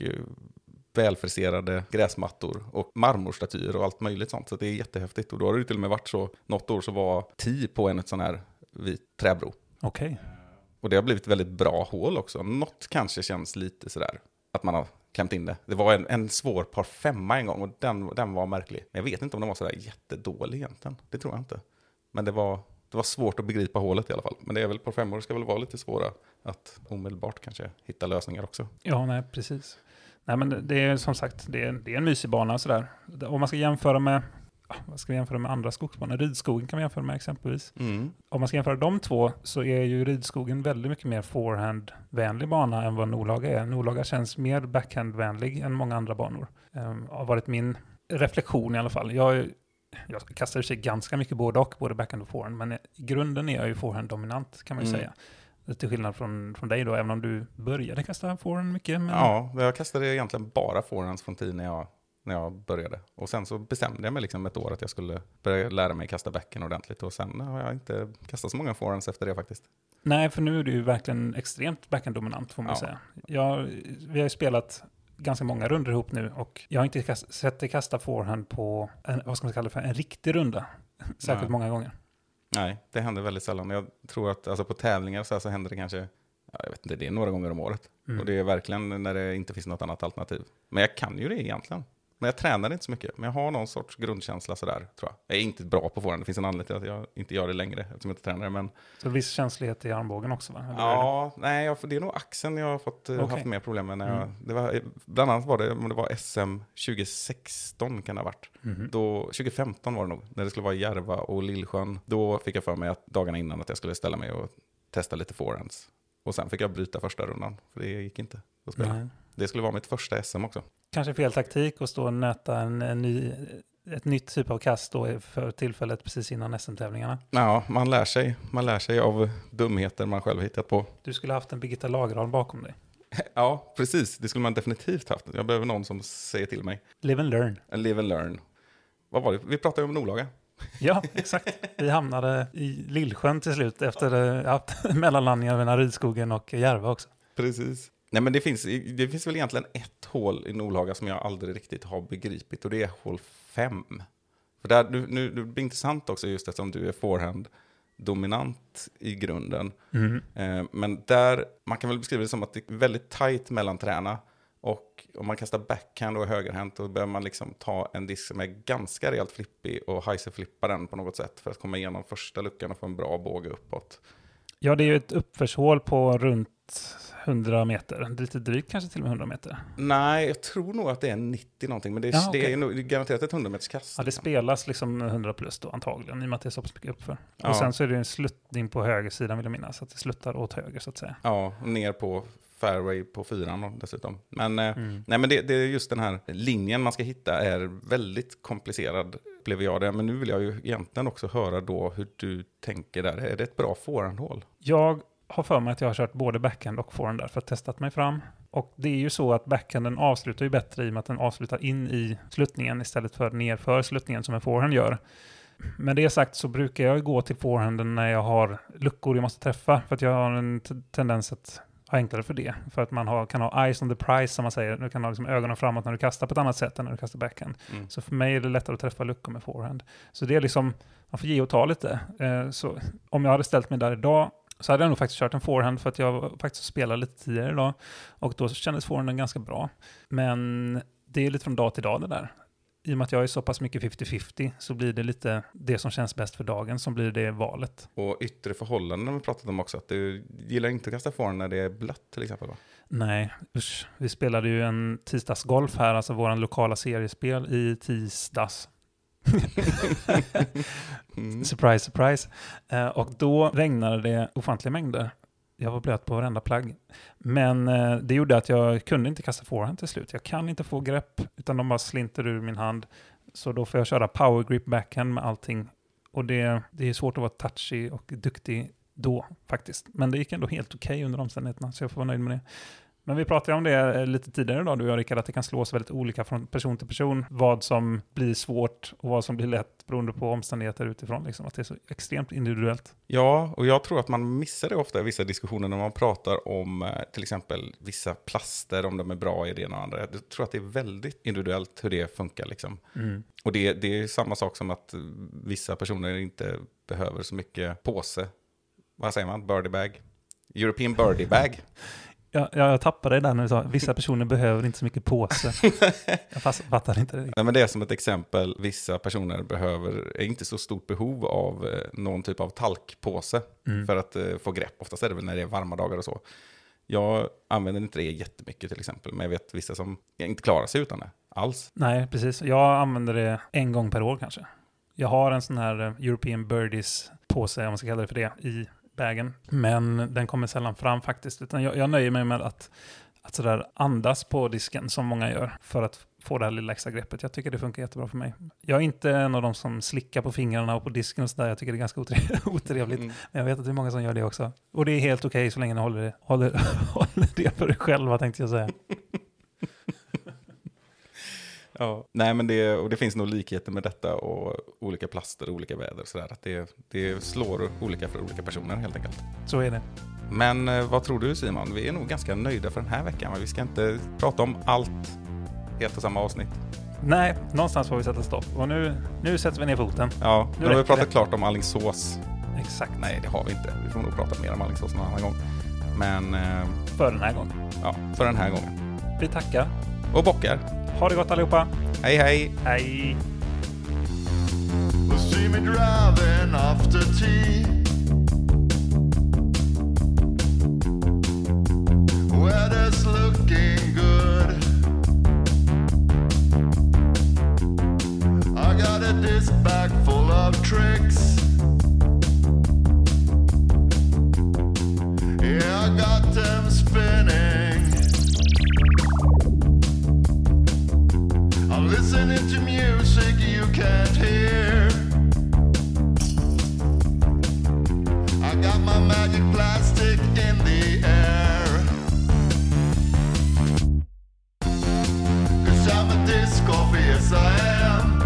välfriserade gräsmattor och marmorstatyer och allt möjligt sånt. Så det är jättehäftigt. Och då har det ju till och med varit så, något år så var 10 på en sån här vit träbro. Okej. Och det har blivit väldigt bra hål också. Något kanske känns lite sådär att man har klämt in det. Det var en svår par 5 en gång och den var märklig. Jag vet inte om den var sådär jättedålig egentligen. Det tror jag inte. Men det var svårt att begripa hålet i alla fall. Men det är väl par 5 ska väl vara lite svåra att omedelbart kanske hitta lösningar också. Ja, nej, precis. Nej, men det är som sagt, det är en mysig bana sådär. Om man ska jämföra med, vad ska vi jämföra med andra skogsbanor? Ridskogen kan vi jämföra med exempelvis. Om man ska jämföra de två så är ju Ridskogen väldigt mycket mer forehand-vänlig bana än vad Nolhaga är. Nolhaga känns mer backhand-vänlig än många andra banor. Har varit min reflektion i alla fall. Jag kastar i sig ganska mycket både backhand och forehand, men i grunden är jag ju forehand-dominant kan man ju säga. Till skillnad från dig då, även om du började kasta forehand mycket. Men... Ja, jag kastade egentligen bara forehands från tid när jag började. Och sen så bestämde jag mig liksom ett år att jag skulle börja lära mig kasta backhand ordentligt. Och sen har jag inte kastat så många forehands efter det faktiskt. Nej, för nu är du ju verkligen extremt backhand-dominant får man säga. Vi har ju spelat ganska många runder ihop nu och jag har inte sett dig kasta forehand på vad ska man kalla det för, en riktig runda. Särskilt många gånger. Nej, det händer väldigt sällan. Jag tror att alltså på tävlingar så händer det kanske, jag vet inte, det är några gånger om året. Och det är verkligen när det inte finns något annat alternativ. Men jag kan ju det egentligen. Men jag tränar inte så mycket. Men jag har någon sorts grundkänsla sådär, tror jag. Jag är inte bra på forehand. Det finns en anledning till att jag inte gör det längre eftersom jag inte tränar. Men... Så viss känslighet i armbågen också, va? Eller ja, nej, det är nog axeln jag har fått haft mer problem med. När bland annat var det SM 2016 kan det ha varit. Då, 2015 var det nog, när det skulle vara Järva och Lillsjön. Då fick jag för mig att dagarna innan att jag skulle ställa mig och testa lite forehands. Och sen fick jag bryta första rundan, för det gick inte att spela. Det skulle vara mitt första SM också. Kanske fel taktik att stå och nöta ett nytt typ av kast då för tillfället precis innan SM-tävlingarna. Ja, man lär sig av dumheter man själv hittat på. Du skulle haft en Birgitta Lagerdahl bakom dig. Ja, precis. Det skulle man definitivt haft. Jag behöver någon som säger till mig. Live and learn. Live and learn. Vad var det? Vi pratade ju om Nordlaga. Ja, exakt. Vi hamnade i Lillsjön till slut efter mellanlandningar mellan Rydskogen och Järva också. Precis. Nej, men det finns väl egentligen ett hål i Nordlaga som jag aldrig riktigt har begripit, och det är hål 5. För där, nu det blir intressant också just eftersom du är forehand-dominant i grunden. Men där, man kan väl beskriva det som att det är väldigt tajt mellan träna. Och om man kastar backhand och högerhänt, då behöver man liksom ta en disk som är ganska rejält flippig och heiserflippa den på något sätt för att komma igenom första luckan och få en bra båge uppåt. Ja, det är ju ett uppförshål på runt 100 meter. Lite drygt kanske till och med 100 meter. Nej, jag tror nog att det är 90 någonting. Men det är nog garanterat ett 100-meterskast. Ja, det spelas liksom 100 plus då antagligen, i och med att det är så pass mycket uppför. Ja. Och sen så är det en sluttning på högersidan, vill jag minnas. Så att det sluttar åt höger så att säga. Ja, ner på fairway på 4 dessutom. Men, nej, men det är just den här linjen man ska hitta är väldigt komplicerad, upplever jag det. Men nu vill jag ju egentligen också höra då hur du tänker där. Är det ett bra forehandhål? Jag har för mig att jag har kört både backhand och forehand där för att testat mig fram. Och det är ju så att backhanden avslutar ju bättre i och med att den avslutar in i sluttningen istället för nerför sluttningen som en forehand gör. Med det sagt så brukar jag gå till forehanden när jag har luckor jag måste träffa, för att jag har en tendens att ha enklare för det. För att man kan ha eyes on the prize som man säger. Du kan ha liksom ögonen framåt när du kastar på ett annat sätt än när du kastar backhand. Så för mig är det lättare att träffa luckor med forehand. Så det är liksom, man får ge och ta lite. Så om jag hade ställt mig där idag så hade jag nog faktiskt kört en forehand, för att jag faktiskt spelade lite tidigare idag. Och då kändes forehanden ganska bra. Men det är lite från dag till dag det där. I och med att jag är så pass mycket 50-50 så blir det lite det som känns bäst för dagen som blir det valet. Och yttre förhållanden har vi pratat om också. Att du gillar inte att kasta forehand när det är blött till exempel, va? Nej, usch. Vi spelade ju en tisdagsgolf här, alltså våran lokala seriespel i tisdags. Surprise, surprise. Och då regnade det ofantliga mängder. Jag var blöt på varenda plagg. Men det gjorde att jag kunde inte kasta forehand till slut. Jag kan inte få grepp, utan de bara slinter ur min hand. Så då får jag köra power grip backhand med allting. Och det är svårt att vara touchy och duktig då faktiskt. Men det gick ändå helt okej under omständigheterna, så jag får vara nöjd med det. Men vi pratade om det lite tidigare idag, du och Rickard, att det kan slås väldigt olika från person till person. Vad som blir svårt och vad som blir lätt beroende på omständigheter utifrån. Liksom, att det är så extremt individuellt. Ja, och jag tror att man missar det ofta i vissa diskussioner när man pratar om till exempel vissa plaster, om de är bra i det ena och andra. Jag tror att det är väldigt individuellt hur det funkar. Liksom. Och det är samma sak som att vissa personer inte behöver så mycket påse. Vad säger man? Birdie bag? European birdie bag? Jag tappade det där när du sa vissa personer behöver inte så mycket påse. Jag fattar inte det. Nej, men det är som ett exempel. Vissa personer är inte så stort behov av någon typ av talkpåse för att få grepp. Oftast är det väl när det är varma dagar och så. Jag använder inte det jättemycket till exempel. Men jag vet vissa som inte klarar sig utan det alls. Nej, precis. Jag använder det 1 gång per år kanske. Jag har en sån här European Birdies påse, om man ska kalla det för det, i bagen. Men den kommer sällan fram faktiskt. Utan jag nöjer mig med att sådär andas på disken som många gör för att få det här lilla extra greppet. Jag tycker det funkar jättebra för mig. Jag är inte en av de som slickar på fingrarna och på disken och sådär. Jag tycker det är ganska otrevligt. Men jag vet att det är många som gör det också. Och det är helt okej så länge ni håller det för dig själva, tänkte jag säga. Ja, nej, men det finns nog likheter med detta och olika plaster och olika väder. Så där, att det slår olika för olika personer helt enkelt. Så är det. Men vad tror du, Simon? Vi är nog ganska nöjda för den här veckan. Men vi ska inte prata om allt i ett och samma avsnitt. Nej, någonstans får vi sätta stopp. Och nu sätter vi ner foten. Ja, nu har vi pratat klart om Alingsås. Exakt. Nej, det har vi inte. Vi får nog prata mer om Alingsås någon annan gång. Men för den här gången. Ja, för den här gången. Vi tackar. Och bockar. Ha det gott allihopa. Hej hej! Hej! Will see me driving after tea. Weather's looking good. I got a disc bag full of tricks. Yeah, I got them spinning. I'm listening to music you can't hear. I got my magic plastic in the air. 'Cause I'm a disc golfer, yes I am.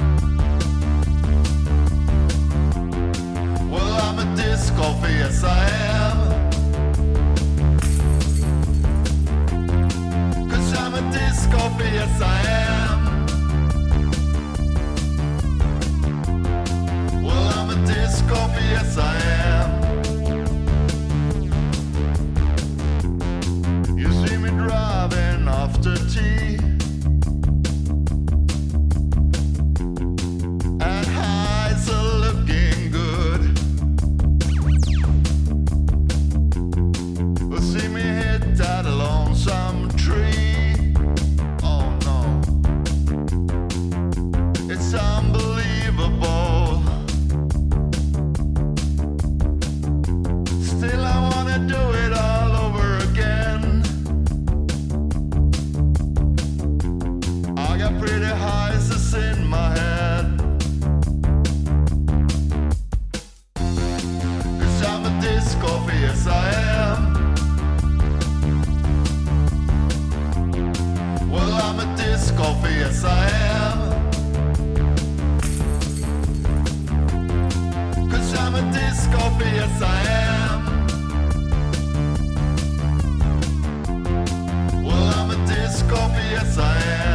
Well, I'm a disc golfer, yes I am. 'Cause I'm a disc golfer, yes I am. Well, I'm a disc golfer, yes I am. You see me driving after tea. And highs are looking good. Well, see me hit that lonesome tree. Oh no. It's unbelievable. Still I wanna do it all over again. I got pretty highs that's in my head. 'Cause I'm a disc golfer, yes I am. Well, I'm a disc golfer, yes I am. 'Cause I'm a disc golfer, yes I am. Well, I'm a disc golfer, yes I am.